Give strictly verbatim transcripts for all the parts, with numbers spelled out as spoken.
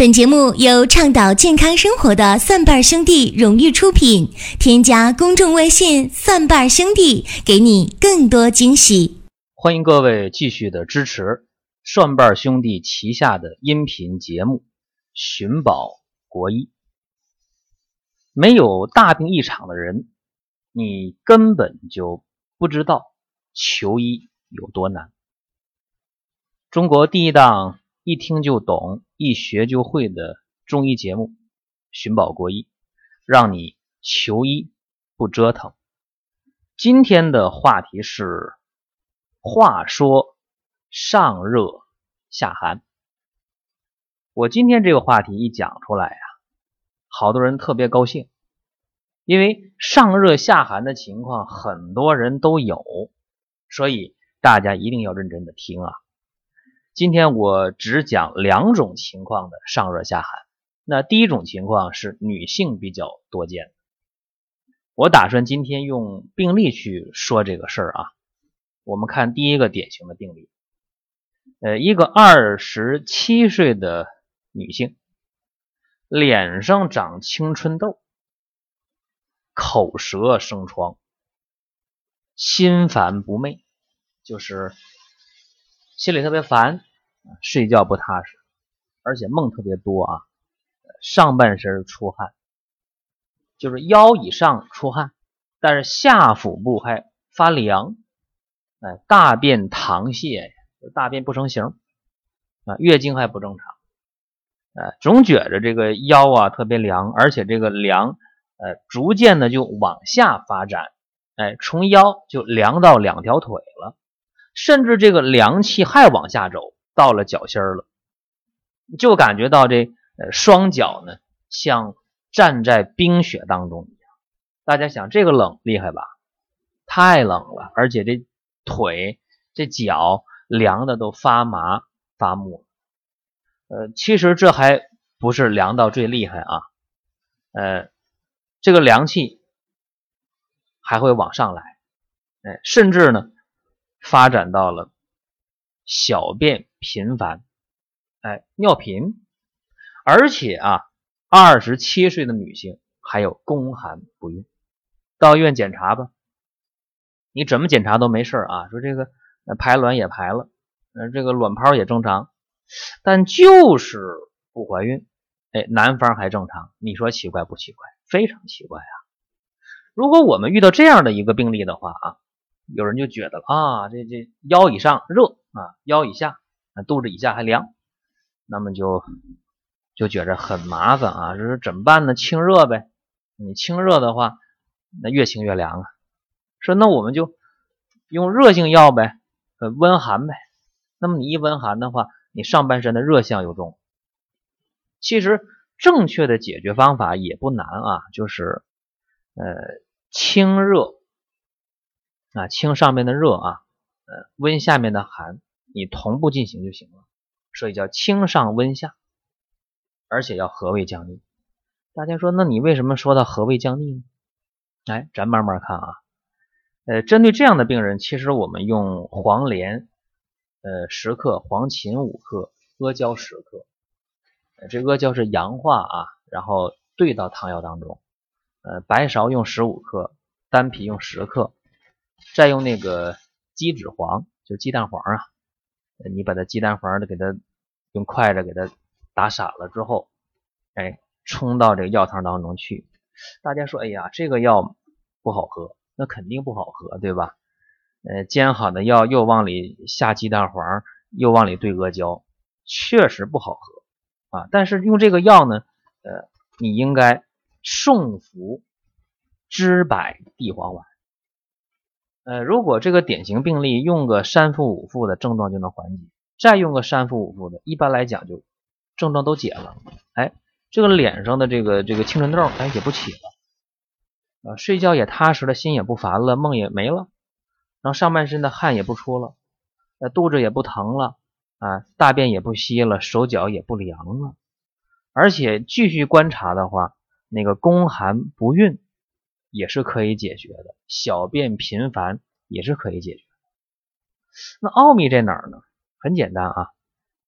本节目由倡导健康生活的蒜瓣兄弟荣誉出品，添加公众微信蒜瓣兄弟，给你更多惊喜。 欢迎各位继续的支持蒜瓣兄弟旗下的音频节目寻宝国医。没有大病一场的人，你根本就不知道求医有多难。中国第一档一听就懂一学就会的中医节目寻宝国医，让你求医不折腾。今天的话题是话说上热下寒。我今天这个话题一讲出来啊，好多人特别高兴，因为上热下寒的情况很多人都有，所以大家一定要认真的听啊。今天我只讲两种情况的上热下寒。那第一种情况是女性比较多见的，我打算今天用病例去说这个事儿啊。我们看第一个典型的病例，呃，一个二十七岁的女性，脸上长青春痘，口舌生疮，心烦不寐，就是心里特别烦，睡觉不踏实，而且梦特别多啊，上半身出汗，就是腰以上出汗，但是下腹部还发凉，哎，大便溏泻，大便不成形啊，月经还不正常，呃，总觉着这个腰啊特别凉，而且这个凉，呃，逐渐的就往下发展，哎，从腰就凉到两条腿了，甚至这个凉气还往下走，到了脚心了，就感觉到这呃双脚呢像站在冰雪当中一样。大家想这个冷厉害吧？太冷了，而且这腿这脚凉的都发麻发木。呃，其实这还不是凉到最厉害啊，呃，这个凉气还会往上来，哎，甚至呢发展到了小便频繁，哎，尿频，而且啊，二十七岁的女性还有宫寒不孕，到医院检查吧，你怎么检查都没事啊，说这个排卵也排了，呃，这个卵泡也正常，但就是不怀孕，哎，男方还正常，你说奇怪不奇怪？非常奇怪啊！如果我们遇到这样的一个病例的话啊，有人就觉得啊，这这腰以上热啊，腰以下啊，肚子以下还凉，那么就就觉着很麻烦啊，这是怎么办呢？清热呗，你清热的话，那越清越凉啊。说那我们就用热性药呗，呃，温寒呗。那么你一温寒的话，你上半身的热象又重。其实正确的解决方法也不难啊，就是呃清热啊，清上面的热啊，呃温下面的寒，你同步进行就行了。所以叫清上温下，而且要和胃降逆。大家说那你为什么说到和胃降逆呢？哎，咱慢慢看啊。呃，针对这样的病人，其实我们用黄连呃十克，黄芩五克，阿胶十克，呃、这阿胶是阳化啊，然后兑到汤药当中，呃，白芍用十五克，丹皮用十克，再用那个鸡脂黄，就鸡蛋黄啊，你把它鸡蛋黄的给它用筷子给它打散了之后，哎，冲到这个药汤当中去。大家说，哎呀，这个药不好喝，那肯定不好喝，对吧？呃，煎好的药又往里下鸡蛋黄，又往里兑阿胶，确实不好喝啊。但是用这个药呢，呃，你应该送服知柏地黄丸。呃，如果这个典型病例用个三伏五伏的症状就能缓解，再用个三伏五伏的，一般来讲就症状都解了。哎，这个脸上的这个这个青春痘哎也不起了。呃，睡觉也踏实了，心也不烦了，梦也没了，然后上半身的汗也不出了，呃，肚子也不疼了，啊，大便也不稀了，手脚也不凉了，而且继续观察的话，那个宫寒不孕也是可以解决的，小便频繁也是可以解决的。那奥秘在哪儿呢？很简单啊，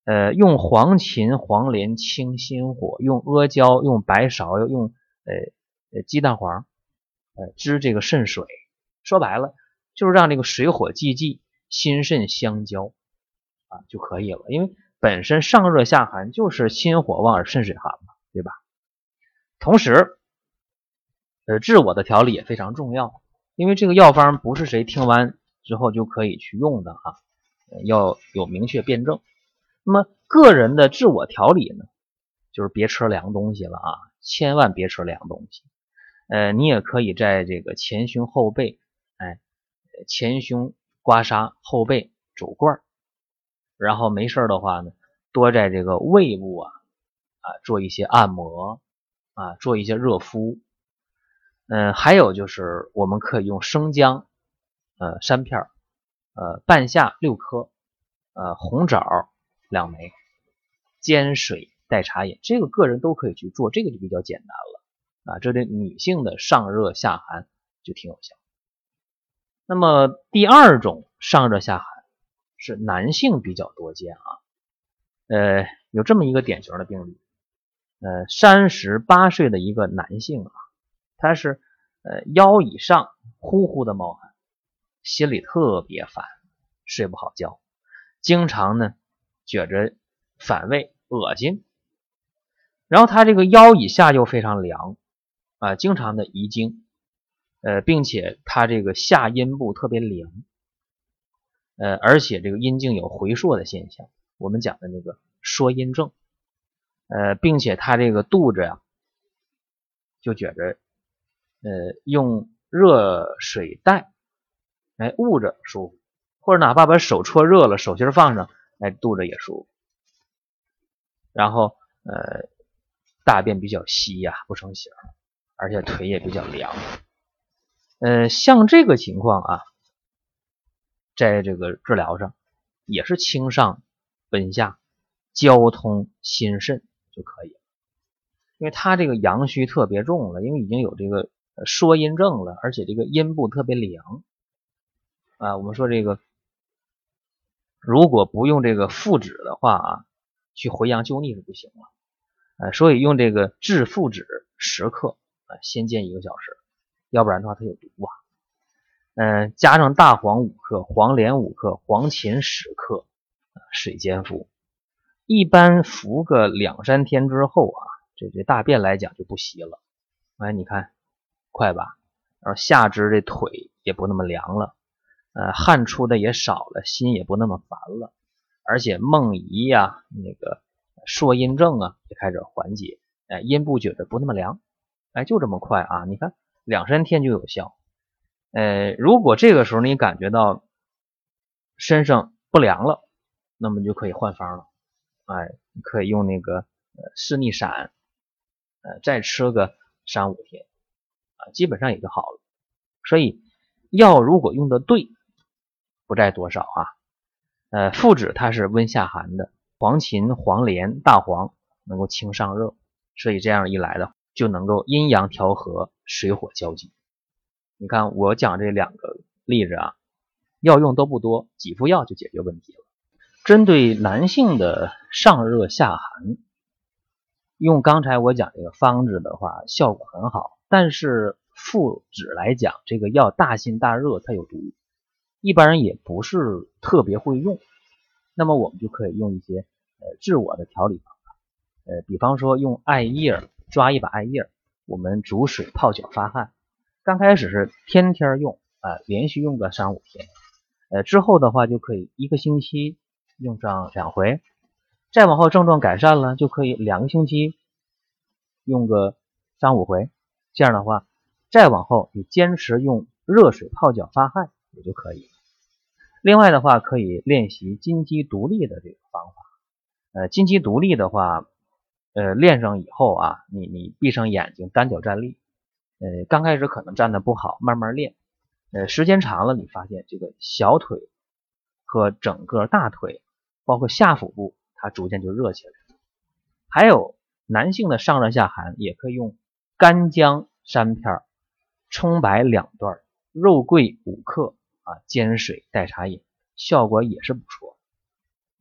呃，用黄芩、黄连清心火，用阿胶、用白芍、用呃呃鸡蛋黄，呃治这个肾水。说白了，就是让这个水火既济，心肾相交啊就可以了。因为本身上热下寒就是心火旺而肾水寒嘛，对吧？同时，呃，治我的调理也非常重要，因为这个药方不是谁听完之后就可以去用的啊，要有明确辩证。那么个人的治我调理呢，就是别吃凉东西了啊，千万别吃凉东西。呃，你也可以在这个前胸后背，哎，前胸刮痧，后背肘罐，然后没事的话呢，多在这个胃部啊啊做一些按摩啊，做一些热敷。嗯、呃，还有就是我们可以用生姜，呃，三片，呃，半夏六颗，呃，红枣两枚，煎水代茶饮，这个个人都可以去做，这个就比较简单了啊。这对女性的上热下寒就挺有效。那么第二种上热下寒是男性比较多见啊，呃，有这么一个典型的病例，呃，三十八岁的一个男性啊，他是呃腰以上呼呼的冒汗，心里特别烦，睡不好觉，经常呢觉着反胃恶心，然后他这个腰以下又非常凉啊，经常的遗精，呃，并且他这个下阴部特别凉，呃，而且这个阴茎有回缩的现象，我们讲的那个缩阴症，呃，并且他这个肚子呀、啊，就觉着呃用热水袋哎捂着舒服，或者哪怕把手搓热了，手心放上，哎肚子也舒服。然后呃大便比较稀呀、啊，不成形，而且腿也比较凉。呃像这个情况啊，在这个治疗上也是清上温下，交通心肾就可以了。因为他这个阳虚特别重了，因为已经有这个缩阴症了，而且这个阴部特别凉啊。我们说这个如果不用这个附子的话啊，去回阳救逆是不行了，呃，所以用这个治附子十克啊，先煎一个小时，要不然的话它有毒啊。嗯、呃，加上大黄五克，黄连五克，黄芩十克，水煎服。一般服个两三天之后啊，这这大便来讲就不稀了。哎，你看快吧？然后下肢这腿也不那么凉了，呃，汗出的也少了，心也不那么烦了，而且梦遗呀、啊，那个缩阴症啊也开始缓解，哎，阴部觉得不那么凉，哎，就这么快啊！你看两三天就有效。呃，如果这个时候你感觉到身上不凉了，那么就可以换方了。哎，你可以用那个呃四逆散，呃，再吃个三五天啊，基本上也就好了。所以药如果用的对，不在多少啊。呃，附子它是温下寒的，黄芩、黄连、大黄能够清上热，所以这样一来的就能够阴阳调和，水火交济。你看我讲这两个例子啊，药用都不多，几副药就解决问题了。针对男性的上热下寒，用刚才我讲这个方子的话效果很好，但是附子来讲，这个药大辛大热，它有毒，一般人也不是特别会用。那么我们就可以用一些呃治我的调理方法，呃，比方说用艾叶，抓一把艾叶，我们煮水泡脚发汗。刚开始是天天用啊、呃，连续用个三五天，呃，之后的话就可以一个星期用上两回，再往后症状改善了，就可以两个星期用个三五回，这样的话，再往后你坚持用热水泡脚发汗也就可以了。另外的话，可以练习金鸡独立的这个方法。呃，金鸡独立的话，呃，练上以后啊，你你闭上眼睛，单脚站立。呃，刚开始可能站得不好，慢慢练。呃，时间长了，你发现这个小腿和整个大腿，包括下腹部，它逐渐就热起来了。还有男性的上热下寒，也可以用干姜三片，葱白两段，肉桂五克啊，煎水代茶饮，效果也是不错。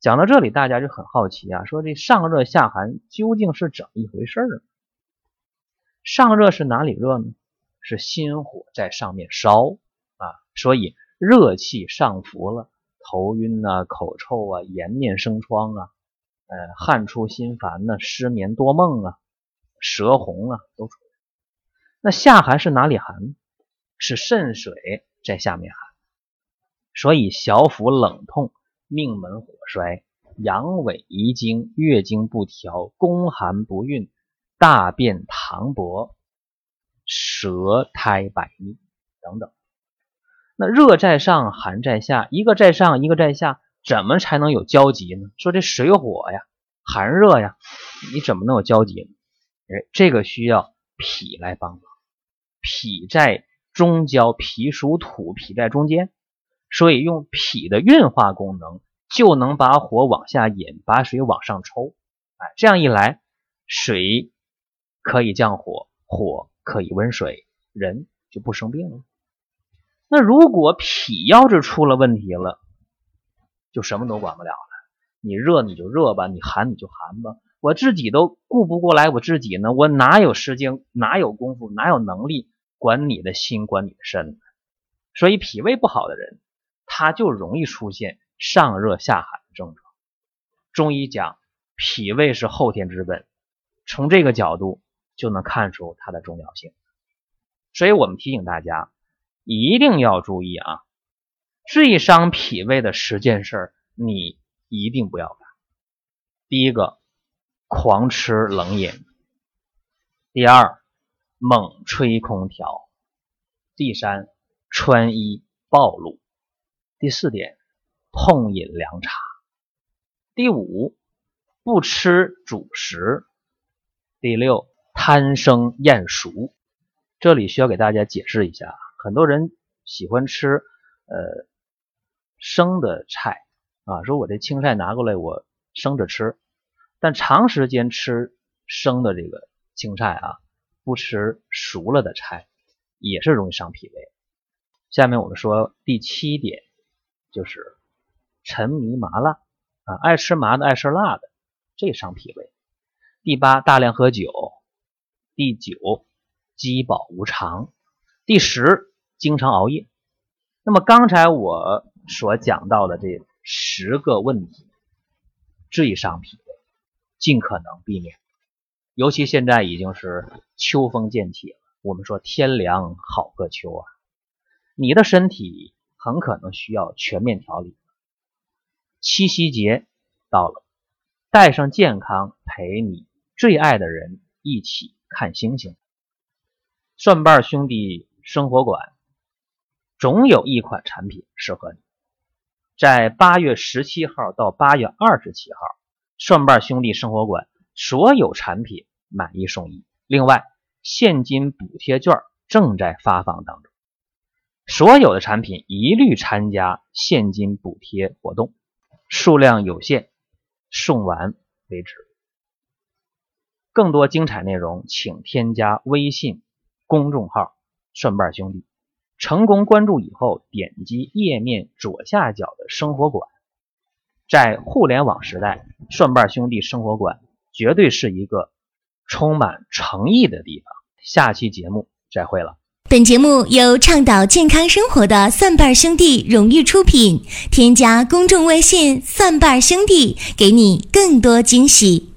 讲到这里，大家就很好奇啊，说这上热下寒究竟是怎么一回事呢？上热是哪里热呢？是心火在上面烧啊，所以热气上浮了，头晕啊、口臭啊、颜面生疮啊、呃、汗出心烦啊、失眠多梦啊、舌红啊都出来。那下寒是哪里寒？是肾水在下面寒，所以小腹冷痛、命门火衰、阳痿遗精、月经不调、宫寒不孕、大便溏薄、舌苔百腻等等。那热在上，寒在下，一个在上，一个在下，怎么才能有交集呢？说这水火呀，寒热呀，你怎么能有交集呢？哎，这个需要脾来帮忙。脾在中焦，脾属土，脾在中间，所以用脾的运化功能就能把火往下引，把水往上抽。哎，这样一来，水可以降火，火可以温水，人就不生病了。那如果脾要是出了问题了，就什么都管不了了。你热你就热吧，你寒你就寒吧，我自己都顾不过来我自己呢，我哪有时间，哪有功夫，哪有能力管你的心，管你的身呢？所以脾胃不好的人，他就容易出现上热下寒的症状。中医讲脾胃是后天之本，从这个角度就能看出它的重要性。所以我们提醒大家一定要注意啊，最伤脾胃的十件事你一定不要干。第一个，狂吃冷饮；第二，猛吹空调；第三，穿衣暴露；第四点，痛饮凉茶；第五，不吃主食；第六，贪生厌熟。这里需要给大家解释一下，很多人喜欢吃呃生的菜啊，说我这青菜拿过来我生着吃，但长时间吃生的这个青菜啊，不吃熟了的菜，也是容易伤脾胃。下面我们说第七点，就是沉迷麻辣啊，爱吃麻的爱吃辣的，这伤脾胃。第八，大量喝酒。第九，饥饱无常。第十，经常熬夜。那么刚才我所讲到的这十个问题最伤脾胃，尽可能避免。尤其现在已经是秋风渐起了，我们说天凉好个秋啊，你的身体很可能需要全面调理。七夕节到了，带上健康，陪你最爱的人一起看星星。蒜瓣兄弟生活馆总有一款产品适合你。在八月十七号到八月二十七号，蒜瓣兄弟生活馆所有产品买一送一，另外现金补贴券正在发放当中，所有的产品一律参加现金补贴活动，数量有限，送完为止。更多精彩内容请添加微信公众号蒜瓣兄弟，成功关注以后点击页面左下角的生活馆。在互联网时代，蒜瓣兄弟生活馆绝对是一个充满诚意的地方。下期节目再会了。 本节目由倡导健康生活的蒜瓣兄弟荣誉出品，添加公众微信蒜瓣兄弟，给你更多惊喜。